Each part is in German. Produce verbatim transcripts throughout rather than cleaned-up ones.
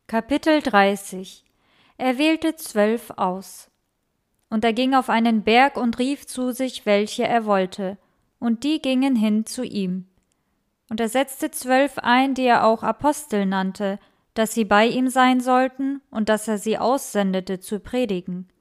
Kapitel dreißig. Er wählte zwölf aus. Und er ging auf einen Berg und rief zu sich, welche er wollte, und die gingen hin zu ihm. Und er setzte zwölf ein, die er auch Apostel nannte, dass sie bei ihm sein sollten und dass er sie aussendete zu predigen.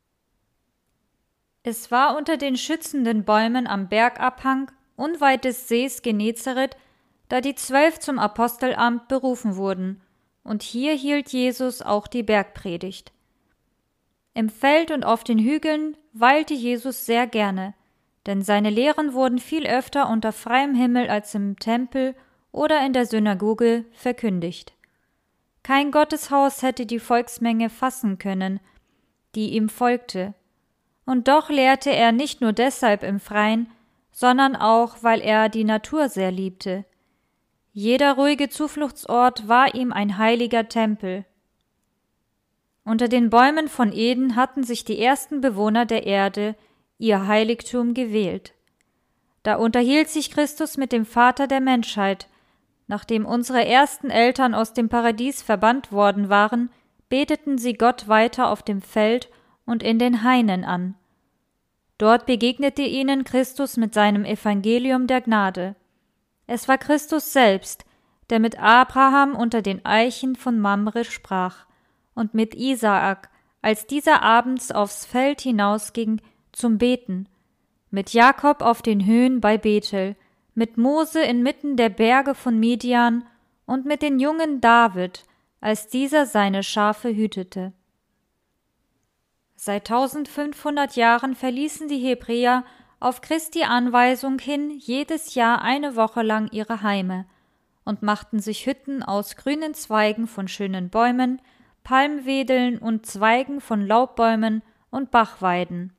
Es war unter den schützenden Bäumen am Bergabhang, unweit des Sees Genezareth, da die Zwölf zum Apostelamt berufen wurden, und hier hielt Jesus auch die Bergpredigt. Im Feld und auf den Hügeln weilte Jesus sehr gerne, denn seine Lehren wurden viel öfter unter freiem Himmel als im Tempel oder in der Synagoge verkündigt. Kein Gotteshaus hätte die Volksmenge fassen können, die ihm folgte, und doch lehrte er nicht nur deshalb im Freien, sondern auch, weil er die Natur sehr liebte. Jeder ruhige Zufluchtsort war ihm ein heiliger Tempel. Unter den Bäumen von Eden hatten sich die ersten Bewohner der Erde ihr Heiligtum gewählt. Da unterhielt sich Christus mit dem Vater der Menschheit. Nachdem unsere ersten Eltern aus dem Paradies verbannt worden waren, beteten sie Gott weiter auf dem Feld und in den Hainen an. Dort begegnete ihnen Christus mit seinem Evangelium der Gnade. Es war Christus selbst, der mit Abraham unter den Eichen von Mamre sprach und mit Isaak, als dieser abends aufs Feld hinausging zum Beten, mit Jakob auf den Höhen bei Bethel, mit Mose inmitten der Berge von Midian und mit den Jungen David, als dieser seine Schafe hütete. Seit tausendfünfhundert Jahren verließen die Hebräer auf Christi Anweisung hin jedes Jahr eine Woche lang ihre Heime und machten sich Hütten aus grünen Zweigen von schönen Bäumen, Palmwedeln und Zweigen von Laubbäumen und Bachweiden.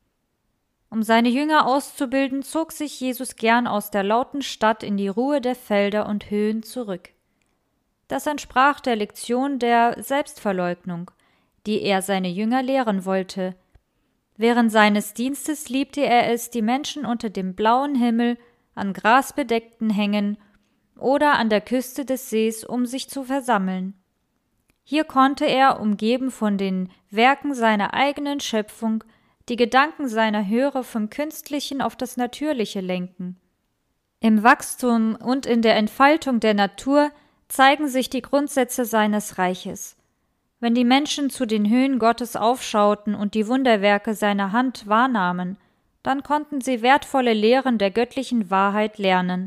Um seine Jünger auszubilden, zog sich Jesus gern aus der lauten Stadt in die Ruhe der Felder und Höhen zurück. Das entsprach der Lektion der Selbstverleugnung, die er seine Jünger lehren wollte. Während seines Dienstes liebte er es, die Menschen unter dem blauen Himmel an grasbedeckten Hängen oder an der Küste des Sees um sich zu versammeln. Hier konnte er, umgeben von den Werken seiner eigenen Schöpfung, die Gedanken seiner Hörer vom Künstlichen auf das Natürliche lenken. Im Wachstum und in der Entfaltung der Natur zeigen sich die Grundsätze seines Reiches. Wenn die Menschen zu den Höhen Gottes aufschauten und die Wunderwerke seiner Hand wahrnahmen, dann konnten sie wertvolle Lehren der göttlichen Wahrheit lernen.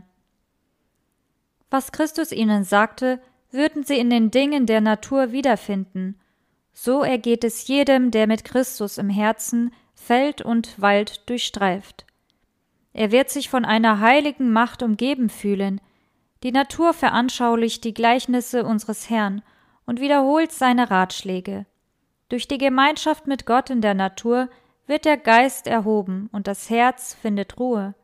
Was Christus ihnen sagte, würden sie in den Dingen der Natur wiederfinden. So ergeht es jedem, der mit Christus im Herzen Feld und Wald durchstreift. Er wird sich von einer heiligen Macht umgeben fühlen. Die Natur veranschaulicht die Gleichnisse unseres Herrn und wiederholt seine Ratschläge. Durch die Gemeinschaft mit Gott in der Natur wird der Geist erhoben und das Herz findet Ruhe.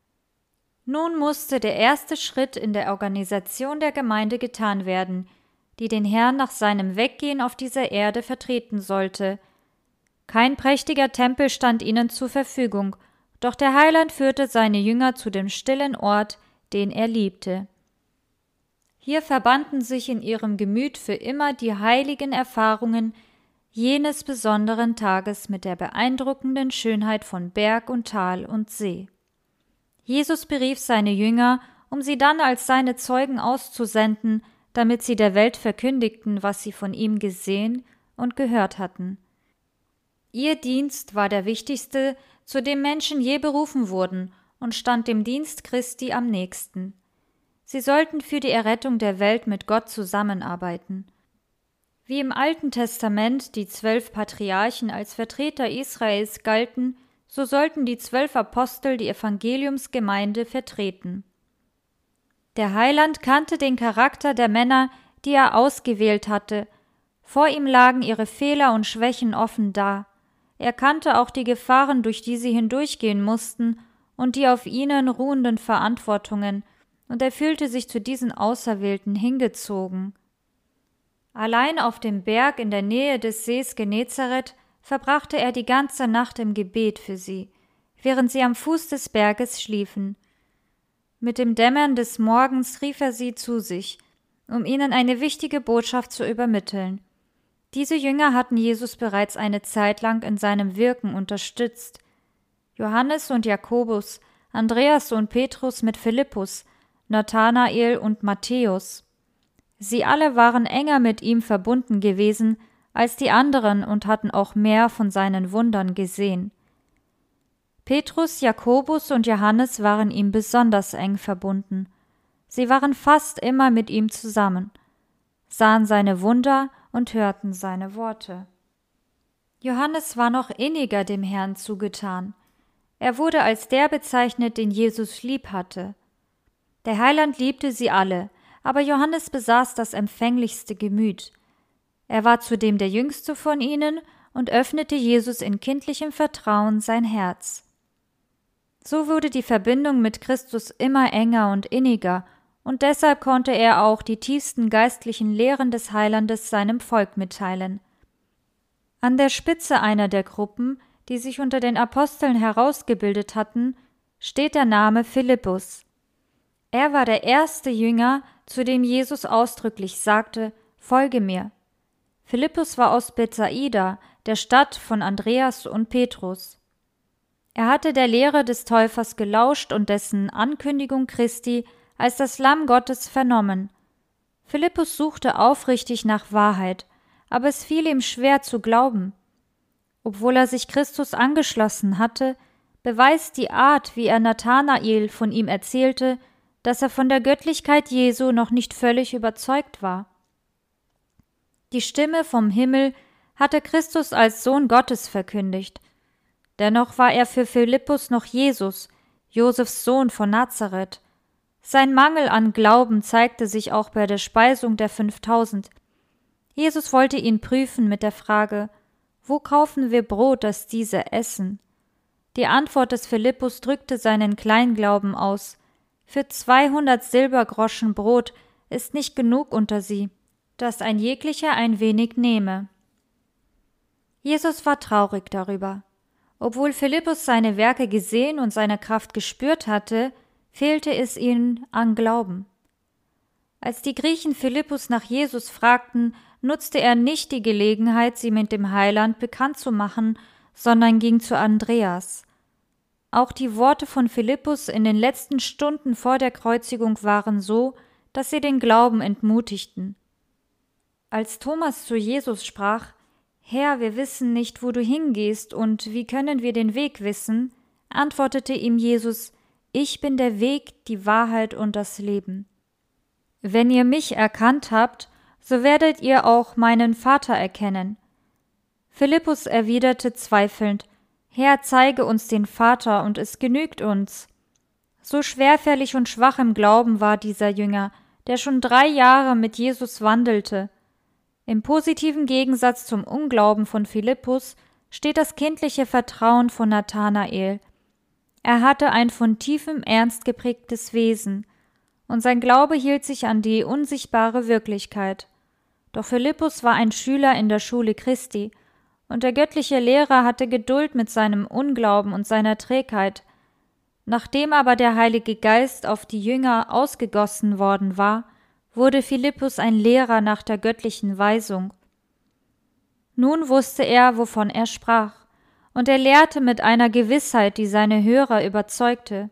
Nun musste der erste Schritt in der Organisation der Gemeinde getan werden, die den Herrn nach seinem Weggehen auf dieser Erde vertreten sollte. Kein prächtiger Tempel stand ihnen zur Verfügung, doch der Heiland führte seine Jünger zu dem stillen Ort, den er liebte. Hier verbanden sich in ihrem Gemüt für immer die heiligen Erfahrungen jenes besonderen Tages mit der beeindruckenden Schönheit von Berg und Tal und See. Jesus berief seine Jünger, um sie dann als seine Zeugen auszusenden, damit sie der Welt verkündigten, was sie von ihm gesehen und gehört hatten. Ihr Dienst war der wichtigste, zu dem Menschen je berufen wurden, und stand dem Dienst Christi am nächsten. Sie sollten für die Errettung der Welt mit Gott zusammenarbeiten. Wie im Alten Testament die zwölf Patriarchen als Vertreter Israels galten, so sollten die zwölf Apostel die Evangeliumsgemeinde vertreten. Der Heiland kannte den Charakter der Männer, die er ausgewählt hatte. Vor ihm lagen ihre Fehler und Schwächen offen da. Er kannte auch die Gefahren, durch die sie hindurchgehen mussten, und die auf ihnen ruhenden Verantwortungen, und er fühlte sich zu diesen Auserwählten hingezogen. Allein auf dem Berg in der Nähe des Sees Genezareth verbrachte er die ganze Nacht im Gebet für sie, während sie am Fuß des Berges schliefen. Mit dem Dämmern des Morgens rief er sie zu sich, um ihnen eine wichtige Botschaft zu übermitteln. Diese Jünger hatten Jesus bereits eine Zeit lang in seinem Wirken unterstützt. Johannes und Jakobus, Andreas und Petrus mit Philippus, Nathanael und Matthäus. Sie alle waren enger mit ihm verbunden gewesen als die anderen und hatten auch mehr von seinen Wundern gesehen. Petrus, Jakobus und Johannes waren ihm besonders eng verbunden. Sie waren fast immer mit ihm zusammen, sahen seine Wunder und hörten seine Worte. Johannes war noch inniger dem Herrn zugetan. Er wurde als der bezeichnet, den Jesus lieb hatte. Der Heiland liebte sie alle, aber Johannes besaß das empfänglichste Gemüt. Er war zudem der jüngste von ihnen und öffnete Jesus in kindlichem Vertrauen sein Herz. So wurde die Verbindung mit Christus immer enger und inniger, und deshalb konnte er auch die tiefsten geistlichen Lehren des Heilandes seinem Volk mitteilen. An der Spitze einer der Gruppen, die sich unter den Aposteln herausgebildet hatten, steht der Name Philippus. Er war der erste Jünger, zu dem Jesus ausdrücklich sagte: »Folge mir.« Philippus war aus Bethsaida, der Stadt von Andreas und Petrus. Er hatte der Lehre des Täufers gelauscht und dessen Ankündigung Christi als das Lamm Gottes vernommen. Philippus suchte aufrichtig nach Wahrheit, aber es fiel ihm schwer zu glauben. Obwohl er sich Christus angeschlossen hatte, beweist die Art, wie er Nathanael von ihm erzählte, dass er von der Göttlichkeit Jesu noch nicht völlig überzeugt war. Die Stimme vom Himmel hatte Christus als Sohn Gottes verkündigt. Dennoch war er für Philippus noch Jesus, Josefs Sohn von Nazareth. Sein Mangel an Glauben zeigte sich auch bei der Speisung der fünftausend. Jesus wollte ihn prüfen mit der Frage: Wo kaufen wir Brot, dass diese essen? Die Antwort des Philippus drückte seinen Kleinglauben aus. Für zweihundert Silbergroschen Brot ist nicht genug unter sie, dass ein jeglicher ein wenig nehme. Jesus war traurig darüber. Obwohl Philippus seine Werke gesehen und seine Kraft gespürt hatte, fehlte es ihnen an Glauben. Als die Griechen Philippus nach Jesus fragten, nutzte er nicht die Gelegenheit, sie mit dem Heiland bekannt zu machen, sondern ging zu Andreas. Auch die Worte von Philippus in den letzten Stunden vor der Kreuzigung waren so, dass sie den Glauben entmutigten. Als Thomas zu Jesus sprach: »Herr, wir wissen nicht, wo du hingehst, und wie können wir den Weg wissen?«, antwortete ihm Jesus: »Ich bin der Weg, die Wahrheit und das Leben. Wenn ihr mich erkannt habt, so werdet ihr auch meinen Vater erkennen.« Philippus erwiderte zweifelnd: »Herr, zeige uns den Vater, und es genügt uns.« So schwerfällig und schwach im Glauben war dieser Jünger, der schon drei Jahre mit Jesus wandelte. Im positiven Gegensatz zum Unglauben von Philippus steht das kindliche Vertrauen von Nathanael. Er hatte ein von tiefem Ernst geprägtes Wesen, und sein Glaube hielt sich an die unsichtbare Wirklichkeit. Doch Philippus war ein Schüler in der Schule Christi, und der göttliche Lehrer hatte Geduld mit seinem Unglauben und seiner Trägheit. Nachdem aber der Heilige Geist auf die Jünger ausgegossen worden war, wurde Philippus ein Lehrer nach der göttlichen Weisung. Nun wusste er, wovon er sprach, und er lehrte mit einer Gewissheit, die seine Hörer überzeugte.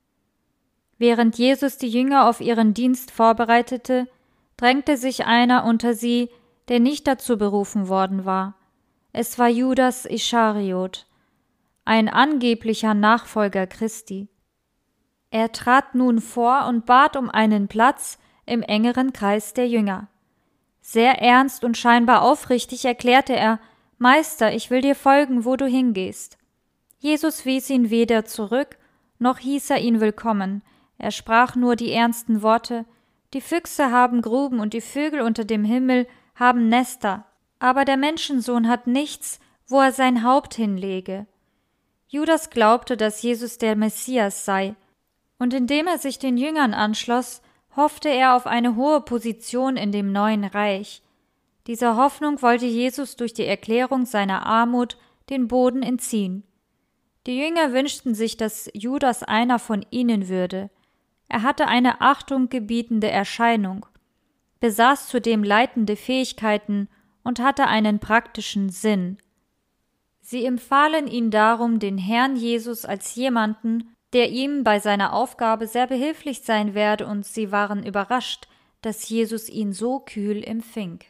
Während Jesus die Jünger auf ihren Dienst vorbereitete, drängte sich einer unter sie, der nicht dazu berufen worden war. Es war Judas Ischariot, ein angeblicher Nachfolger Christi. Er trat nun vor und bat um einen Platz im engeren Kreis der Jünger. Sehr ernst und scheinbar aufrichtig erklärte er: »Meister, ich will dir folgen, wo du hingehst.« Jesus wies ihn weder zurück, noch hieß er ihn willkommen. Er sprach nur die ernsten Worte: »Die Füchse haben Gruben und die Vögel unter dem Himmel haben Nester, aber der Menschensohn hat nichts, wo er sein Haupt hinlege.« Judas glaubte, dass Jesus der Messias sei, und indem er sich den Jüngern anschloss, hoffte er auf eine hohe Position in dem neuen Reich. Dieser Hoffnung wollte Jesus durch die Erklärung seiner Armut den Boden entziehen. Die Jünger wünschten sich, dass Judas einer von ihnen würde. Er hatte eine achtunggebietende Erscheinung. besaß zudem leitende Fähigkeiten und hatte einen praktischen Sinn. Sie empfahlen ihn darum, den Herrn Jesus als jemanden, der ihm bei seiner Aufgabe sehr behilflich sein werde, und sie waren überrascht, dass Jesus ihn so kühl empfing.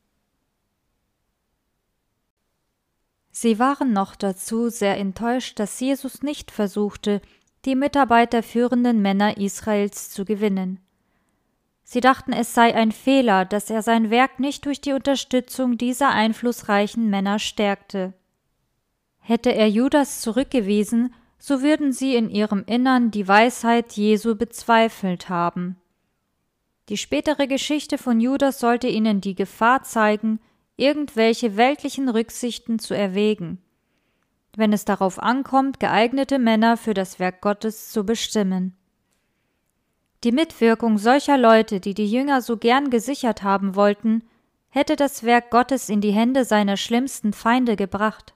Sie waren noch dazu sehr enttäuscht, dass Jesus nicht versuchte, die Mitarbeiter führenden Männer Israels zu gewinnen. Sie dachten, es sei ein Fehler, dass er sein Werk nicht durch die Unterstützung dieser einflussreichen Männer stärkte. Hätte er Judas zurückgewiesen, so würden sie in ihrem Innern die Weisheit Jesu bezweifelt haben. Die spätere Geschichte von Judas sollte ihnen die Gefahr zeigen, irgendwelche weltlichen Rücksichten zu erwägen, wenn es darauf ankommt, geeignete Männer für das Werk Gottes zu bestimmen. Die Mitwirkung solcher Leute, die die Jünger so gern gesichert haben wollten, hätte das Werk Gottes in die Hände seiner schlimmsten Feinde gebracht.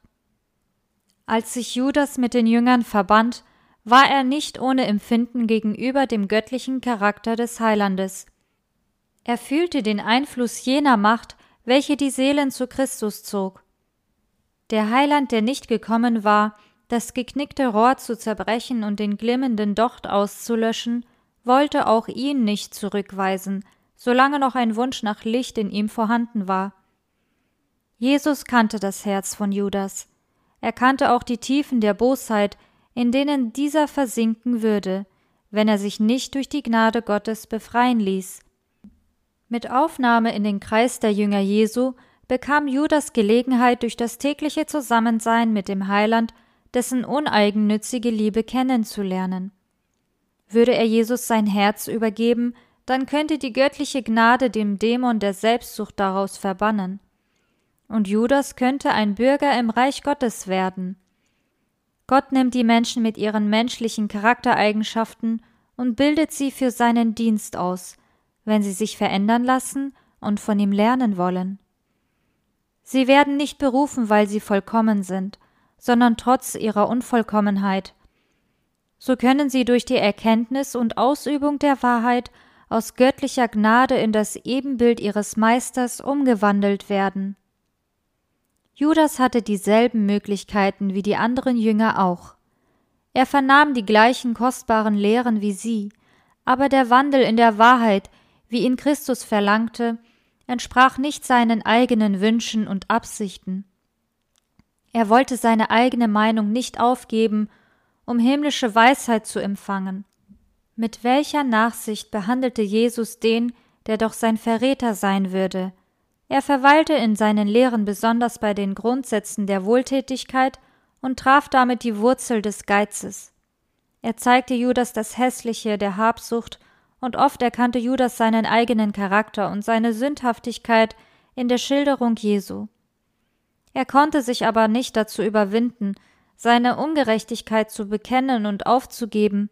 Als sich Judas mit den Jüngern verband, war er nicht ohne Empfinden gegenüber dem göttlichen Charakter des Heilandes. Er fühlte den Einfluss jener Macht, welche die Seelen zu Christus zog. Der Heiland, der nicht gekommen war, das geknickte Rohr zu zerbrechen und den glimmenden Docht auszulöschen, wollte auch ihn nicht zurückweisen, solange noch ein Wunsch nach Licht in ihm vorhanden war. Jesus kannte das Herz von Judas. Er kannte auch die Tiefen der Bosheit, in denen dieser versinken würde, wenn er sich nicht durch die Gnade Gottes befreien ließ. Mit Aufnahme in den Kreis der Jünger Jesu bekam Judas Gelegenheit, durch das tägliche Zusammensein mit dem Heiland dessen uneigennützige Liebe kennenzulernen. Würde er Jesus sein Herz übergeben, dann könnte die göttliche Gnade den Dämon der Selbstsucht daraus verbannen. Und Judas könnte ein Bürger im Reich Gottes werden. Gott nimmt die Menschen mit ihren menschlichen Charaktereigenschaften und bildet sie für seinen Dienst aus, wenn sie sich verändern lassen und von ihm lernen wollen. Sie werden nicht berufen, weil sie vollkommen sind, sondern trotz ihrer Unvollkommenheit. So können sie durch die Erkenntnis und Ausübung der Wahrheit aus göttlicher Gnade in das Ebenbild ihres Meisters umgewandelt werden. Judas hatte dieselben Möglichkeiten wie die anderen Jünger auch. Er vernahm die gleichen kostbaren Lehren wie sie, aber der Wandel in der Wahrheit, wie ihn Christus verlangte, entsprach nicht seinen eigenen Wünschen und Absichten. Er wollte seine eigene Meinung nicht aufgeben, um himmlische Weisheit zu empfangen. Mit welcher Nachsicht behandelte Jesus den, der doch sein Verräter sein würde? Er verweilte in seinen Lehren besonders bei den Grundsätzen der Wohltätigkeit und traf damit die Wurzel des Geizes. Er zeigte Judas das Hässliche der Habsucht, und oft erkannte Judas seinen eigenen Charakter und seine Sündhaftigkeit in der Schilderung Jesu. Er konnte sich aber nicht dazu überwinden, seine Ungerechtigkeit zu bekennen und aufzugeben.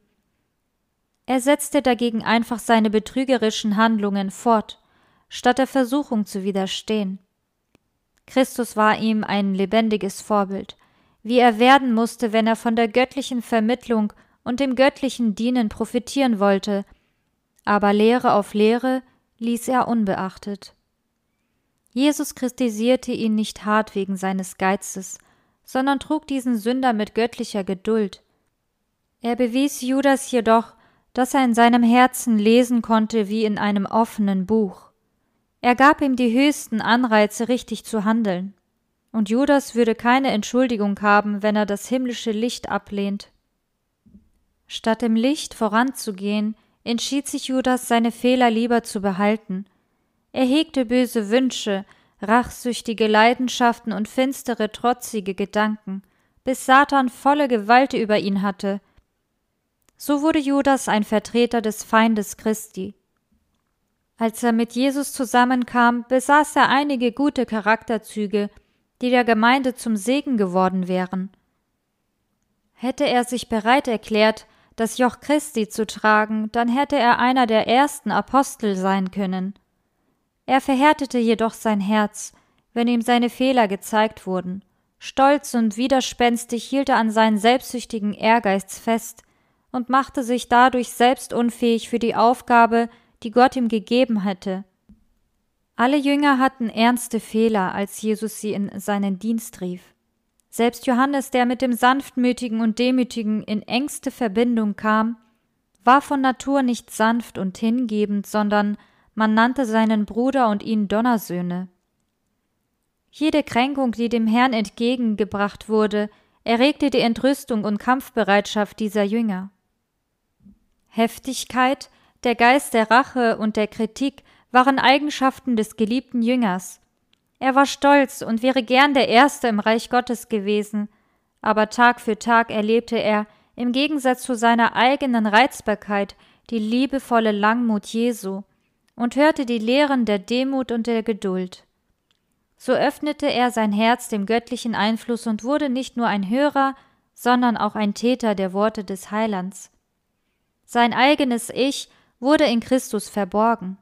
Er setzte dagegen einfach seine betrügerischen Handlungen fort, statt der Versuchung zu widerstehen. Christus war ihm ein lebendiges Vorbild, wie er werden musste, wenn er von der göttlichen Vermittlung und dem göttlichen Dienen profitieren wollte, aber Lehre auf Lehre ließ er unbeachtet. Jesus kritisierte ihn nicht hart wegen seines Geizes, sondern trug diesen Sünder mit göttlicher Geduld. Er bewies Judas jedoch, dass er in seinem Herzen lesen konnte wie in einem offenen Buch. Er gab ihm die höchsten Anreize, richtig zu handeln. Und Judas würde keine Entschuldigung haben, wenn er das himmlische Licht ablehnt. Statt im Licht voranzugehen, entschied sich Judas, seine Fehler lieber zu behalten. Er hegte böse Wünsche, rachsüchtige Leidenschaften und finstere, trotzige Gedanken, bis Satan volle Gewalt über ihn hatte. So wurde Judas ein Vertreter des Feindes Christi. Als er mit Jesus zusammenkam, besaß er einige gute Charakterzüge, die der Gemeinde zum Segen geworden wären. Hätte er sich bereit erklärt, das Joch Christi zu tragen, dann hätte er einer der ersten Apostel sein können. Er verhärtete jedoch sein Herz, wenn ihm seine Fehler gezeigt wurden. Stolz und widerspenstig hielt er an seinen selbstsüchtigen Ehrgeiz fest und machte sich dadurch selbst unfähig für die Aufgabe, die Gott ihm gegeben hätte. Alle Jünger hatten ernste Fehler, als Jesus sie in seinen Dienst rief. Selbst Johannes, der mit dem Sanftmütigen und Demütigen in engste Verbindung kam, war von Natur nicht sanft und hingebend, sondern man nannte seinen Bruder und ihn Donnersöhne. Jede Kränkung, die dem Herrn entgegengebracht wurde, erregte die Entrüstung und Kampfbereitschaft dieser Jünger. Heftigkeit, der Geist der Rache und der Kritik waren Eigenschaften des geliebten Jüngers. Er war stolz und wäre gern der Erste im Reich Gottes gewesen, aber Tag für Tag erlebte er, im Gegensatz zu seiner eigenen Reizbarkeit, die liebevolle Langmut Jesu und hörte die Lehren der Demut und der Geduld. So öffnete er sein Herz dem göttlichen Einfluss und wurde nicht nur ein Hörer, sondern auch ein Täter der Worte des Heilands. Sein eigenes Ich wurde in Christus verborgen.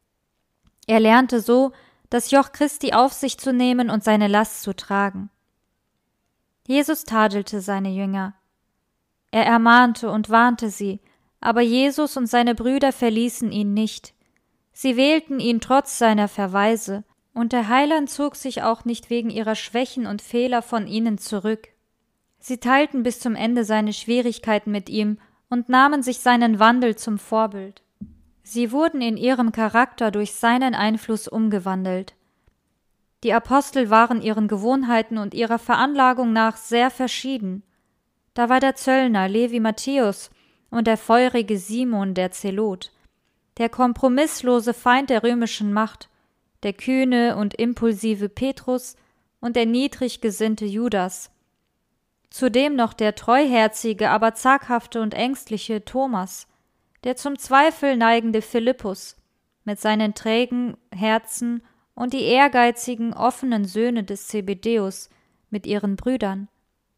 Er lernte so, das Joch Christi auf sich zu nehmen und seine Last zu tragen. Jesus tadelte seine Jünger. Er ermahnte und warnte sie, aber Jesus und seine Brüder verließen ihn nicht. Sie wählten ihn trotz seiner Verweise, und der Heiland zog sich auch nicht wegen ihrer Schwächen und Fehler von ihnen zurück. Sie teilten bis zum Ende seine Schwierigkeiten mit ihm und nahmen sich seinen Wandel zum Vorbild. Sie wurden in ihrem Charakter durch seinen Einfluss umgewandelt. Die Apostel waren ihren Gewohnheiten und ihrer Veranlagung nach sehr verschieden. Da war der Zöllner Levi Matthäus und der feurige Simon der Zelot, der kompromisslose Feind der römischen Macht, der kühne und impulsive Petrus und der niedrig gesinnte Judas. Zudem noch der treuherzige, aber zaghafte und ängstliche Thomas, der zum Zweifel neigende Philippus mit seinen trägen Herzen und die ehrgeizigen, offenen Söhne des Zebedäus mit ihren Brüdern.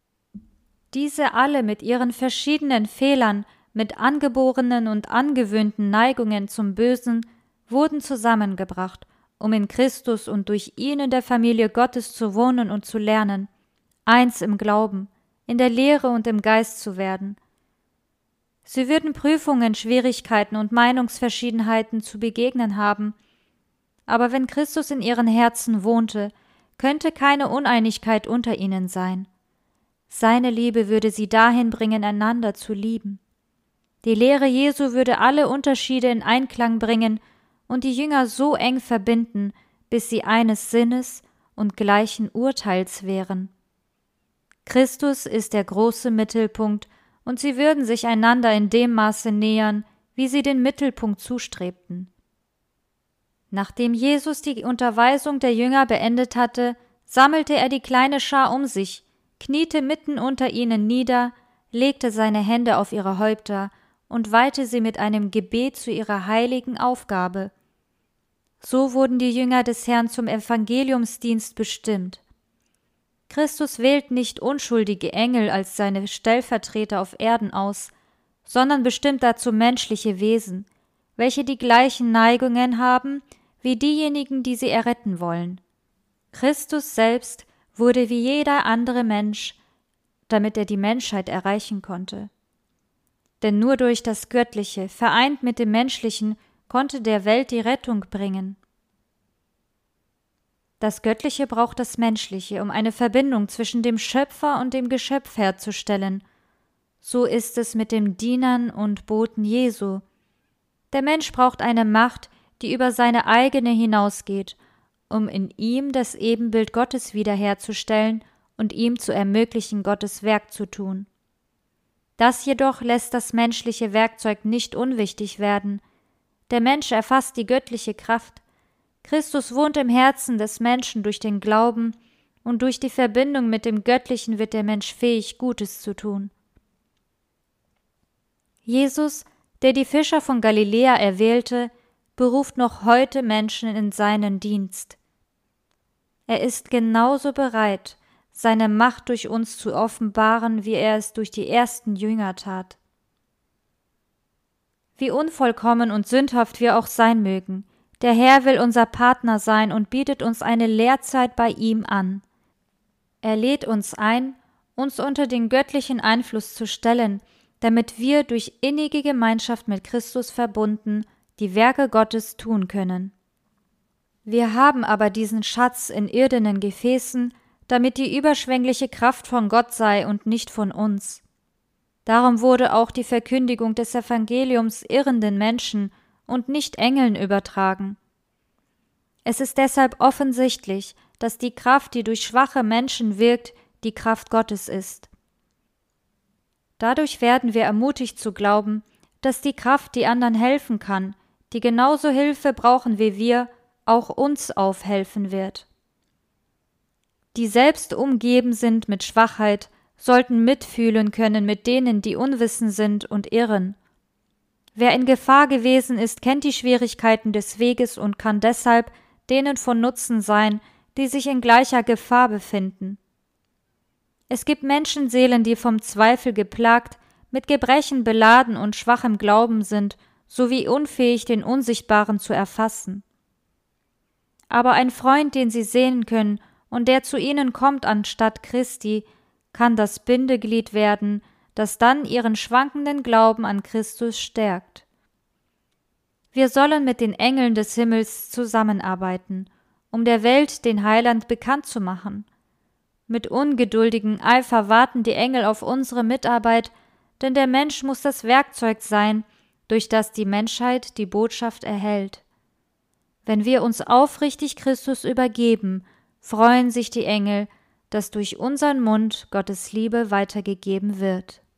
Diese alle mit ihren verschiedenen Fehlern, mit angeborenen und angewöhnten Neigungen zum Bösen, wurden zusammengebracht, um in Christus und durch ihn in der Familie Gottes zu wohnen und zu lernen, eins im Glauben, in der Lehre und im Geist zu werden. Sie würden Prüfungen, Schwierigkeiten und Meinungsverschiedenheiten zu begegnen haben, aber wenn Christus in ihren Herzen wohnte, könnte keine Uneinigkeit unter ihnen sein. Seine Liebe würde sie dahin bringen, einander zu lieben. Die Lehre Jesu würde alle Unterschiede in Einklang bringen und die Jünger so eng verbinden, bis sie eines Sinnes und gleichen Urteils wären. Christus ist der große Mittelpunkt, und sie würden sich einander in dem Maße nähern, wie sie den Mittelpunkt zustrebten. Nachdem Jesus die Unterweisung der Jünger beendet hatte, sammelte er die kleine Schar um sich, kniete mitten unter ihnen nieder, legte seine Hände auf ihre Häupter und weihte sie mit einem Gebet zu ihrer heiligen Aufgabe. So wurden die Jünger des Herrn zum Evangeliumsdienst bestimmt. Christus wählt nicht unschuldige Engel als seine Stellvertreter auf Erden aus, sondern bestimmt dazu menschliche Wesen, welche die gleichen Neigungen haben wie diejenigen, die sie erretten wollen. Christus selbst wurde wie jeder andere Mensch, damit er die Menschheit erreichen konnte. Denn nur durch das Göttliche, vereint mit dem Menschlichen, konnte der Welt die Rettung bringen. Das Göttliche braucht das Menschliche, um eine Verbindung zwischen dem Schöpfer und dem Geschöpf herzustellen. So ist es mit den Dienern und Boten Jesu. Der Mensch braucht eine Macht, die über seine eigene hinausgeht, um in ihm das Ebenbild Gottes wiederherzustellen und ihm zu ermöglichen, Gottes Werk zu tun. Das jedoch lässt das menschliche Werkzeug nicht unwichtig werden. Der Mensch erfasst die göttliche Kraft. Christus wohnt im Herzen des Menschen durch den Glauben, und durch die Verbindung mit dem Göttlichen wird der Mensch fähig, Gutes zu tun. Jesus, der die Fischer von Galiläa erwählte, beruft noch heute Menschen in seinen Dienst. Er ist genauso bereit, seine Macht durch uns zu offenbaren, wie er es durch die ersten Jünger tat. Wie unvollkommen und sündhaft wir auch sein mögen, der Herr will unser Partner sein und bietet uns eine Lehrzeit bei ihm an. Er lädt uns ein, uns unter den göttlichen Einfluss zu stellen, damit wir durch innige Gemeinschaft mit Christus verbunden die Werke Gottes tun können. Wir haben aber diesen Schatz in irdenen Gefäßen, damit die überschwängliche Kraft von Gott sei und nicht von uns. Darum wurde auch die Verkündigung des Evangeliums irrenden Menschen und nicht Engeln übertragen. Es ist deshalb offensichtlich, dass die Kraft, die durch schwache Menschen wirkt, die Kraft Gottes ist. Dadurch werden wir ermutigt zu glauben, dass die Kraft, die anderen helfen kann, die genauso Hilfe brauchen wie wir, auch uns aufhelfen wird. Die selbst umgeben sind mit Schwachheit, sollten mitfühlen können mit denen, die unwissend sind und irren. Wer in Gefahr gewesen ist, kennt die Schwierigkeiten des Weges und kann deshalb denen von Nutzen sein, die sich in gleicher Gefahr befinden. Es gibt Menschenseelen, die vom Zweifel geplagt, mit Gebrechen beladen und schwachem Glauben sind, sowie unfähig, den Unsichtbaren zu erfassen. Aber ein Freund, den sie sehen können und der zu ihnen kommt anstatt Christi, kann das Bindeglied werden, das dann ihren schwankenden Glauben an Christus stärkt. Wir sollen mit den Engeln des Himmels zusammenarbeiten, um der Welt den Heiland bekannt zu machen. Mit ungeduldigem Eifer warten die Engel auf unsere Mitarbeit, denn der Mensch muss das Werkzeug sein, durch das die Menschheit die Botschaft erhält. Wenn wir uns aufrichtig Christus übergeben, freuen sich die Engel, dass durch unseren Mund Gottes Liebe weitergegeben wird.